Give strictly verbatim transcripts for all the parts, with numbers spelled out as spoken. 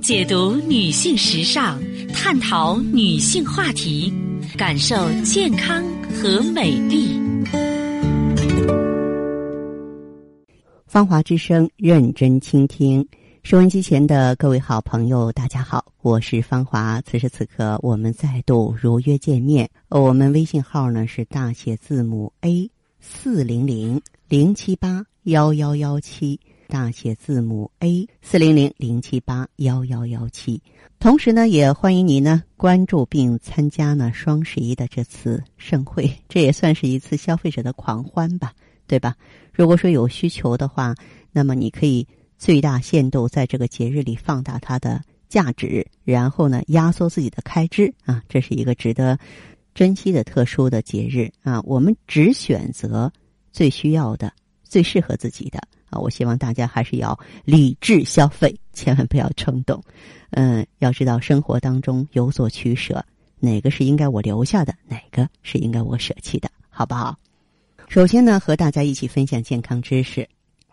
解读女性时尚，探讨女性话题，感受健康和美丽。 芳华之声，认真倾听。收音机前的各位好朋友，大家好，我是芳华。此时此刻，我们再度如约见面。我们微信号呢是大写字母 A 四零零零七八幺幺幺七，大写字母 A 四零零零七八幺幺幺七。同时呢，也欢迎您呢关注并参加呢双十一的这次盛会，这也算是一次消费者的狂欢吧，对吧？如果说有需求的话，那么你可以最大限度在这个节日里放大它的价值，然后呢压缩自己的开支啊，这是一个值得珍惜的特殊的节日啊。我们只选择最需要的、最适合自己的啊。我希望大家还是要理智消费，千万不要冲动。嗯，要知道生活当中有所取舍，哪个是应该我留下的，哪个是应该我舍弃的，好不好？首先呢，和大家一起分享健康知识。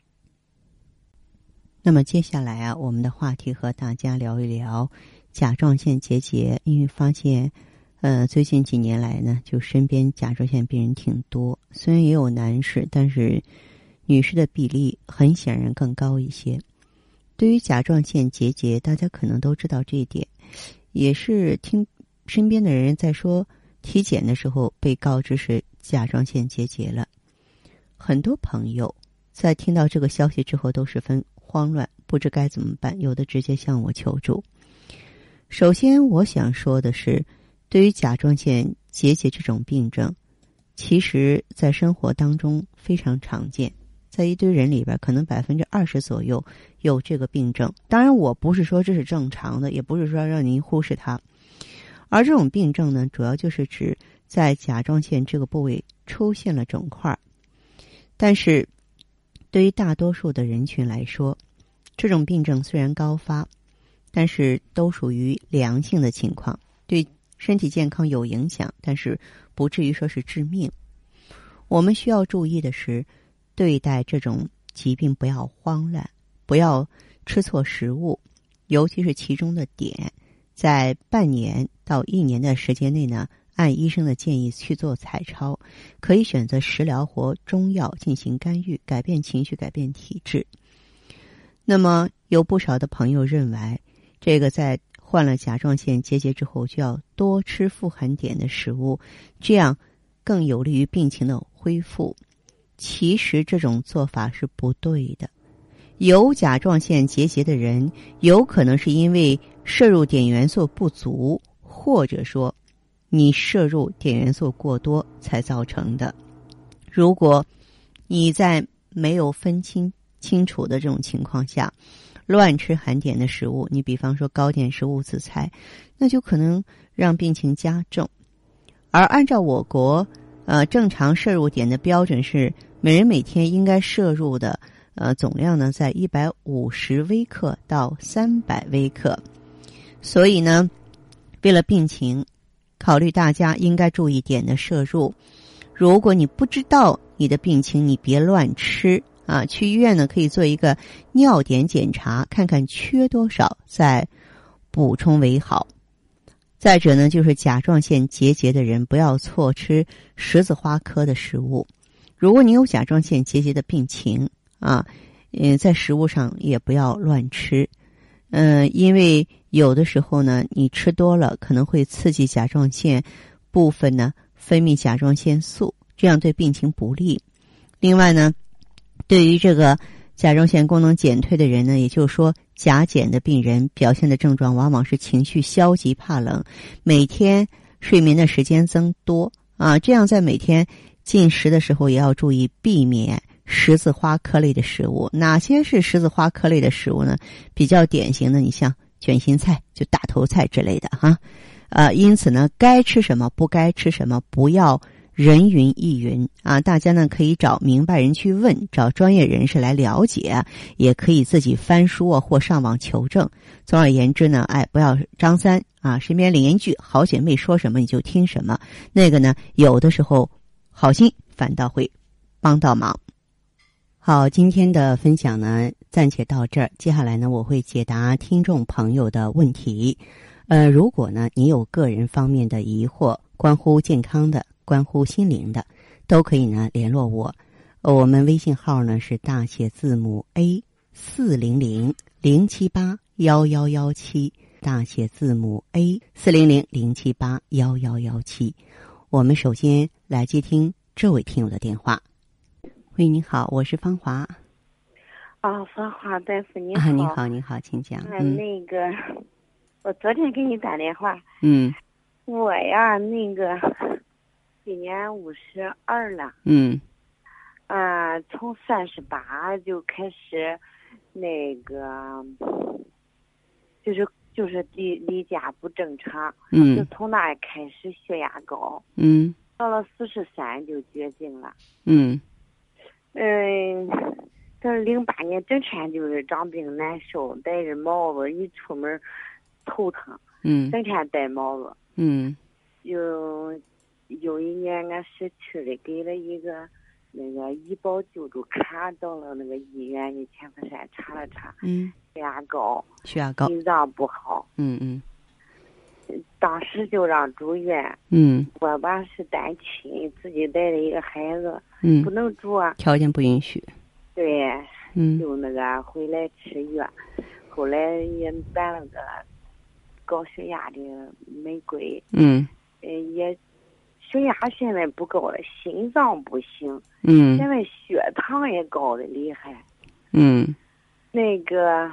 那么接下来啊，我们的话题和大家聊一聊甲状腺结节。因为发现呃，最近几年来呢，就身边甲状腺病人挺多，虽然也有男士，但是女士的比例很显然更高一些。对于甲状腺结节，大家可能都知道这一点，也是听身边的人在说体检的时候被告知是甲状腺结节了。很多朋友在听到这个消息之后都十分慌乱，不知该怎么办，有的直接向我求助。首先我想说的是，对于甲状腺结节这种病症，其实在生活当中非常常见，在一堆人里边可能百分之二十左右有这个病症。当然我不是说这是正常的，也不是说让您忽视它，而这种病症呢，主要就是指在甲状腺这个部位出现了肿块。但是对于大多数的人群来说，这种病症虽然高发，但是都属于良性的情况，对身体健康有影响，但是不至于说是致命。我们需要注意的是，对待这种疾病不要慌乱，不要吃错食物，尤其是其中的碘，在半年到一年的时间内呢，按医生的建议去做彩超，可以选择食疗或中药进行干预，改变情绪，改变体质。那么有不少的朋友认为，这个在患了甲状腺结节之后就要多吃富含碘的食物，这样更有利于病情的恢复。其实这种做法是不对的。有甲状腺结节的人，有可能是因为摄入碘元素不足，或者说你摄入碘元素过多才造成的。如果你在没有分清清楚的这种情况下乱吃含碘的食物，你比方说高碘食物自菜，那就可能让病情加重。而按照我国呃正常摄入碘的标准是，每人每天应该摄入的呃总量呢在一百五十微克到三百微克。所以呢，为了病情，考虑大家应该注意碘的摄入。如果你不知道你的病情，你别乱吃啊！去医院呢可以做一个尿碘检查，看看缺多少，再补充为好。再者呢，就是甲状腺结节的人不要错吃十字花科的食物。如果你有甲状腺结节的病情啊，嗯，在食物上也不要乱吃。嗯，因为有的时候呢，你吃多了可能会刺激甲状腺部分呢分泌甲状腺素，这样对病情不利。另外呢，对于这个甲状腺功能减退的人呢，也就是说甲减的病人，表现的症状往往是情绪消极、怕冷，每天睡眠的时间增多啊，这样在每天进食的时候也要注意避免十字花科类的食物。哪些是十字花科类的食物呢？比较典型的，你像卷心菜，就大头菜之类的哈。呃，因此呢，该吃什么，不该吃什么，不要人云亦云啊！大家呢可以找明白人去问，找专业人士来了解，也可以自己翻书啊或上网求证。总而言之呢，哎，不要张三啊，身边邻居好姐妹说什么你就听什么，那个呢有的时候好心反倒会帮到忙。 好，今天的分享呢，暂且到这儿。接下来呢，我会解答听众朋友的问题。呃，如果呢，你有个人方面的疑惑，关乎健康的，关乎心灵的，都可以呢联络我。呃、我们微信号呢是大写字母 A 四零零零七八幺幺幺七，大写字母 A 四零零零七八幺幺幺七。我们首先来接听这位听友的电话。喂，你好，我是芳华。 啊，芳华大夫你好。 啊，你好，你好，请讲。 嗯，那个，我昨天给你打电话。 嗯。 我呀，那个，今年五十二了。 嗯。 啊，从三十八就开始，那个，就是就是离离家不正常。 嗯。 就从那开始血压高。 嗯。 到了四十三就绝经了。 嗯。 嗯，这零八年整天就是长病难受，戴着帽子一出门头疼。 嗯。 整天戴帽子。 嗯。 有有一年俺市区里给了一个那个医保救助卡，到了那个医院去千佛山查了查。 嗯。 血压高。 血压高。 心脏不好。 嗯嗯。 当时就让住院。 嗯。 我吧是单亲，自己带着一个孩子。 嗯。 不能住啊。 条件不允许。 对。 嗯。 就那个回来吃药，后来也办了个高血压的玫瑰。 嗯。 呃，也血压现在不高了，心脏不行。 嗯。 现在血糖也高的厉害。 嗯。 那个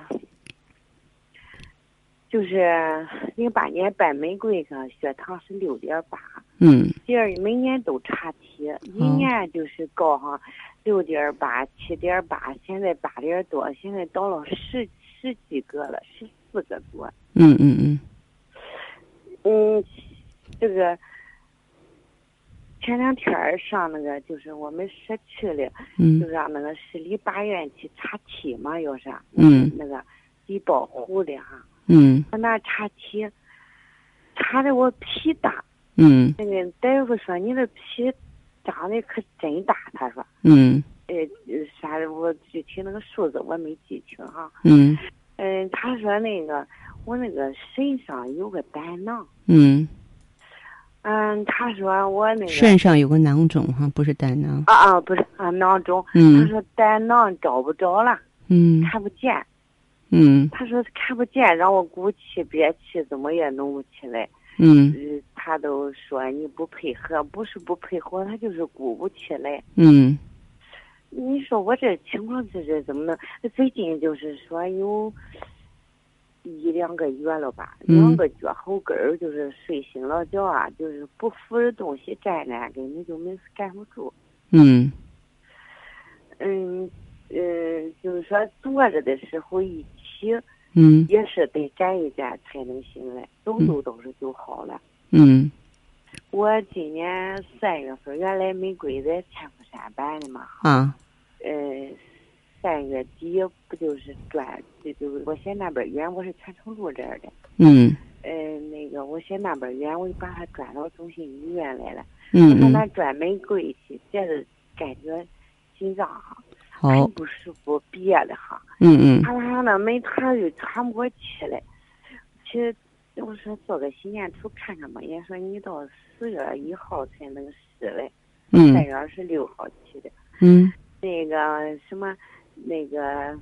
就是零八年办玫瑰上血糖是六点八。 嗯。 第二每年都查体，一年就是高上六点八、七点八，现在八点多，现在到了十十几个了，十四个多。 嗯嗯嗯。 嗯，这个前两天上那个就是我们社区里， 嗯， 就让那个市里八院去查体嘛，要是嗯那个低保户的哈。 嗯。 我那查体，查的我皮大。 嗯。 那个大夫说你的皮长得可真大，他说。 嗯。 呃，啥的我具体那个数字我没记清哈。 嗯。 嗯，他说那个我那个肾上有个胆囊。 嗯。 嗯，他说我那个肾上有个囊肿哈，不是胆囊。 啊啊，不是啊，囊肿。 嗯。 他说胆囊找不着了。 嗯。 看不见。 嗯。 他说看不见，让我鼓气憋气，怎么也弄不起来。 嗯。 呃，他都说你不配合，不是不配合，他就是鼓不起来。 嗯。 你说我这情况这这怎么能？最近就是说有一两个月了吧， 嗯、 两个脚后跟儿就是睡醒了觉啊，就是不扶着东西站着，根本就没站不住。 嗯。 嗯嗯，就是说坐着的时候一起， 嗯， 也是得站一站才能醒来，走走都是就好了。 嗯。 我今年三月份，原来玫瑰在千佛山办的嘛。 啊。 呃，三月底不就是转，就就我嫌那边远，我是泉城路这儿的。 嗯。 呃，那个我嫌那边远，我就把他转到中心医院来了。 嗯。 我那转玫瑰去，接着感觉心脏哈很不舒服，憋的哈。 嗯嗯。 他晚上那没团又喘不过气来，其实我说做个心电图看看吧，人家说你到四月一号才能试来。 嗯。 三月二十六号去的。 嗯。 那个什么，那个，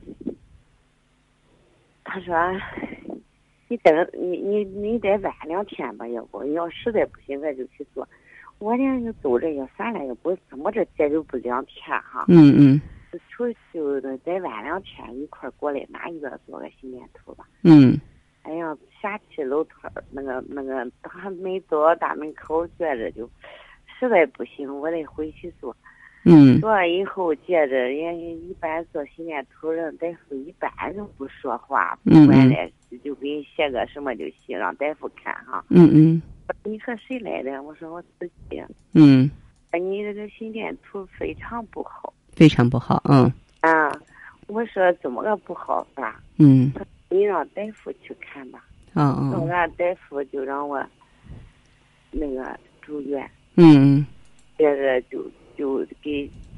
他说，你等你你你得晚两天吧，要不要实在不行咱就去做。我连就走着也算了，也不怎么着接受不两天哈。 嗯嗯。 出就再晚两天一块过来拿一个做个心电图吧。 嗯。 哎呀，下去楼头那个那个还没走到大门口，觉着就实在不行，我得回去做。 嗯。 做完以后，接着人家一般做心电图，人大夫一般都不说话，不管了，就给你写个什么就行，让大夫看哈。 嗯嗯。 你和谁来的？我说我自己。 嗯。 你这个心电图非常不好。 非常不好，嗯。 啊，我说怎么个不好法？ 嗯。 你让大夫去看吧。 哦哦。 到那大夫就让我那个住院。 嗯。 接着就就给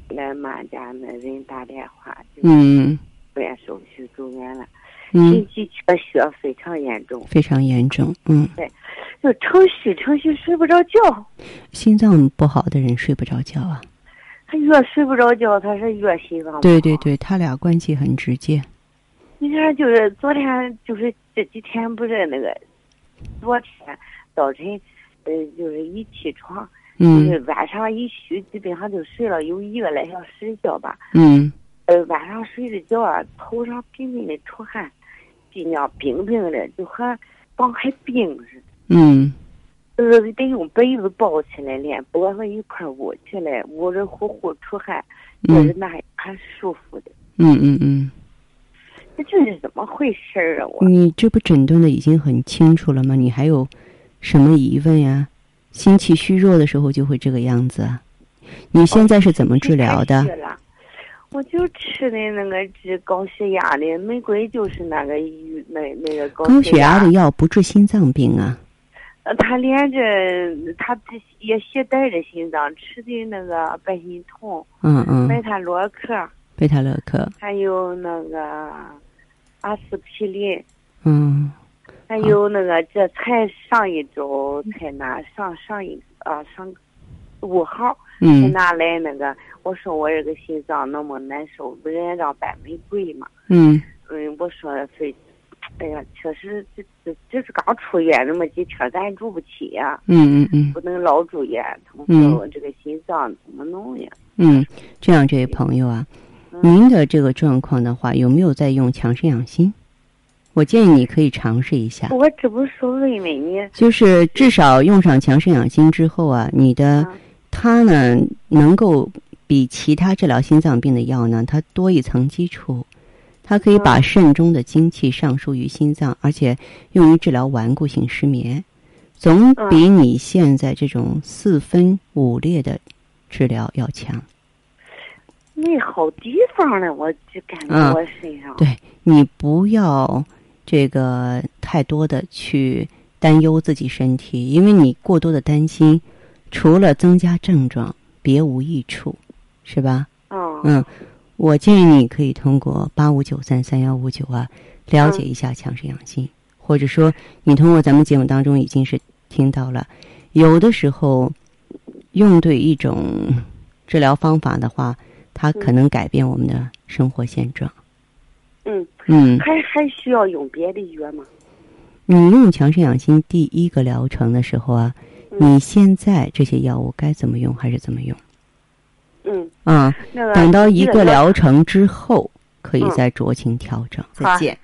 来俺家那人打电话， 嗯， 住院手续住院了， 嗯， 心肌缺血非常严重， 非常严重，嗯， 对，就程序程序睡不着觉， 心脏不好的人睡不着觉啊， 他越睡不着觉，他是越心脏不好。 对对对，他俩关系很直接。 你看，就是昨天，就是这几天不是那个，昨天早晨，呃，就是一起床， 嗯， 就是晚上一睡，基本上就睡了有一个来小时的觉吧。 嗯， 呃，晚上睡着觉啊，头上冰冰的出汗，尽量冰冰的，就和刚开冰似的。 嗯， 就是得用被子包起来，连脖子一块捂起来，捂着呼呼出汗，就是那还舒服的。 嗯嗯嗯。 这这是怎么回事啊？我你这不诊断的已经很清楚了吗？你还有什么疑问呀？心气虚弱的时候就会这个样子啊。你现在是怎么治疗的？ 哦、我就吃的那个治高血压的，玫瑰就是那个那那个高血压。 高血压的药不治心脏病啊。 呃，他连着他也携带着心脏吃的那个白心痛， 嗯嗯， 贝塔洛克， 贝塔洛克， 还有那个阿司匹林， 嗯， 还有那个这才上一周才拿上上一啊上五号， 嗯， 才拿来那个，我说我这个心脏那么难受，不是让摆玫瑰嘛， 嗯嗯，我说非。哎呀，确实，这这这是刚出院那么几天，咱住不起呀。 嗯嗯嗯， 不能老住院。他们说我这个心脏怎么弄呀？ 嗯，这样，这位朋友啊，嗯、您的这个状况的话，有没有在用强肾养心？我建议你可以尝试一下。 我这不是说问问你， 就是至少用上强肾养心之后啊，你的、啊、它呢能够比其他治疗心脏病的药呢，它多一层基础。它可以把肾中的精气上输于心脏，而且用于治疗顽固性失眠，总比你现在这种四分五裂的治疗要强。 没好地方了，我就感觉我身上。 嗯、对，你不要这个太多的去担忧自己身体，因为你过多的担心，除了增加症状，别无益处，是吧？ 哦、 嗯。我建议你可以通过八五九三三幺五九啊，了解一下强肾养心，嗯、或者说你通过咱们节目当中已经是听到了，有的时候用对一种治疗方法的话，它可能改变我们的生活现状。 嗯嗯， 还还需要用别的药吗？ 你用强肾养心第一个疗程的时候啊，嗯、你现在这些药物该怎么用还是怎么用？ 嗯啊、 那个， 等到一个疗程之后，可以再酌情调整。 嗯、 再见。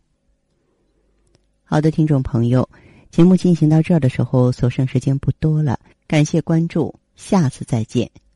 好的，听众朋友，节目进行到这儿的时候，所剩时间不多了，感谢关注，下次再见。